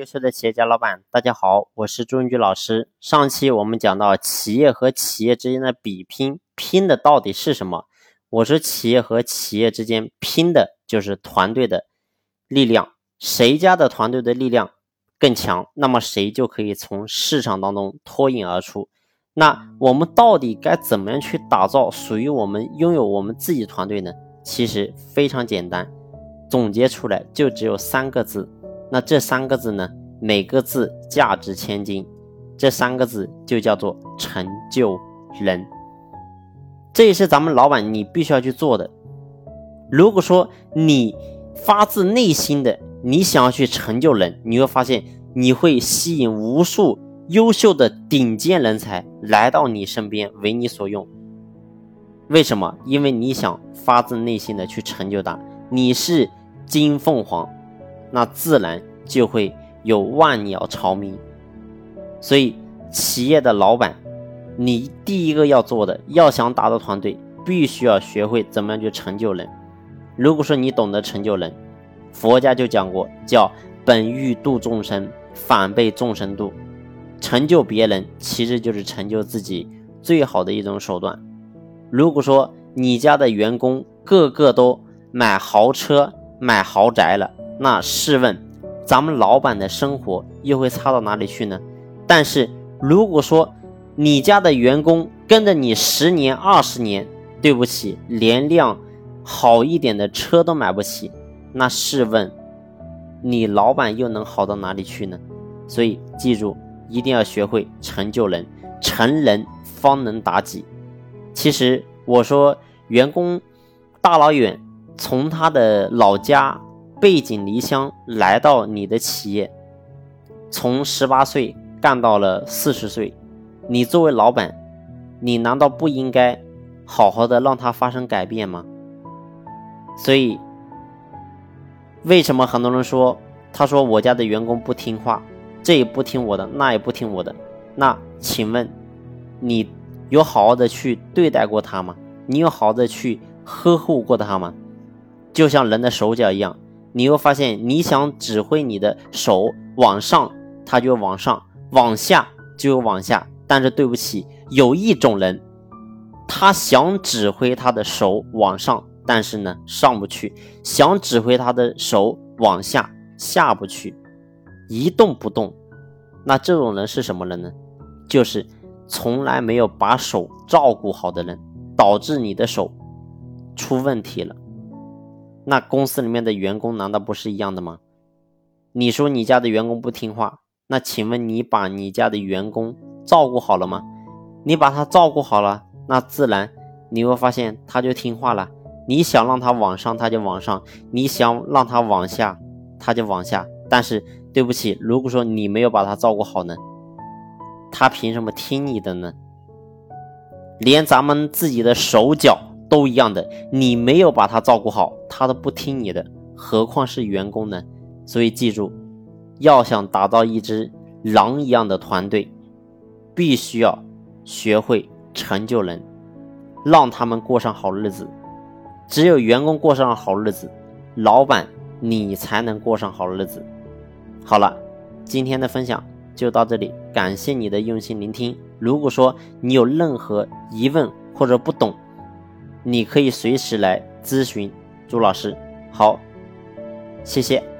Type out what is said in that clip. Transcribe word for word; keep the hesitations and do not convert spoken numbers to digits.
优秀的企业家老板，大家好，我是朱文举老师。上期我们讲到企业和企业之间的比拼，拼的到底是什么？我说企业和企业之间拼的就是团队的力量，谁家的团队的力量更强，那么谁就可以从市场当中脱颖而出。那我们到底该怎么样去打造属于我们拥有我们自己团队呢？其实非常简单，总结出来就只有三个字。那这三个字呢，每个字价值千金，这三个字就叫做成就人。这也是咱们老板你必须要去做的。如果说你发自内心的你想要去成就人，你会发现你会吸引无数优秀的顶尖人才来到你身边为你所用。为什么？因为你想发自内心的去成就他，你是金凤凰，那自然就会有万鸟朝鸣。所以企业的老板，你第一个要做的，要想打造团队，必须要学会怎么样去成就人。如果说你懂得成就人，佛家就讲过，叫本欲度众生，反被众生度。成就别人其实就是成就自己最好的一种手段。如果说你家的员工个个都买豪车买豪宅了，那试问咱们老板的生活又会差到哪里去呢？但是如果说你家的员工跟着你十年二十年，对不起，连辆好一点的车都买不起，那试问你老板又能好到哪里去呢？所以记住，一定要学会成就人，成人方能达己。其实我说员工大老远从他的老家背井离乡来到你的企业，从十八岁干到了四十岁，你作为老板，你难道不应该好好的让他发生改变吗？所以为什么很多人说，他说我家的员工不听话，这也不听我的，那也不听我的，那请问你有好好的去对待过他吗？你有好好的去呵护过他吗？就像人的手脚一样，你会发现你想指挥你的手往上，他就往上，往下就往下。但是对不起，有一种人，他想指挥他的手往上，但是呢上不去，想指挥他的手往下，下不去，一动不动。那这种人是什么人呢？就是从来没有把手照顾好的人，导致你的手出问题了。那公司里面的员工难道不是一样的吗？你说你家的员工不听话，那请问你把你家的员工照顾好了吗？你把他照顾好了，那自然你会发现他就听话了。你想让他往上他就往上，你想让他往下他就往下。但是对不起，如果说你没有把他照顾好呢，他凭什么听你的呢？连咱们自己的手脚都一样的，你没有把他照顾好，他都不听你的，何况是员工呢？所以记住，要想打造一支狼一样的团队，必须要学会成就人，让他们过上好日子。只有员工过上好日子，老板你才能过上好日子。好了，今天的分享就到这里，感谢你的用心聆听。如果说你有任何疑问或者不懂，你可以随时来咨询朱老师。好，谢谢。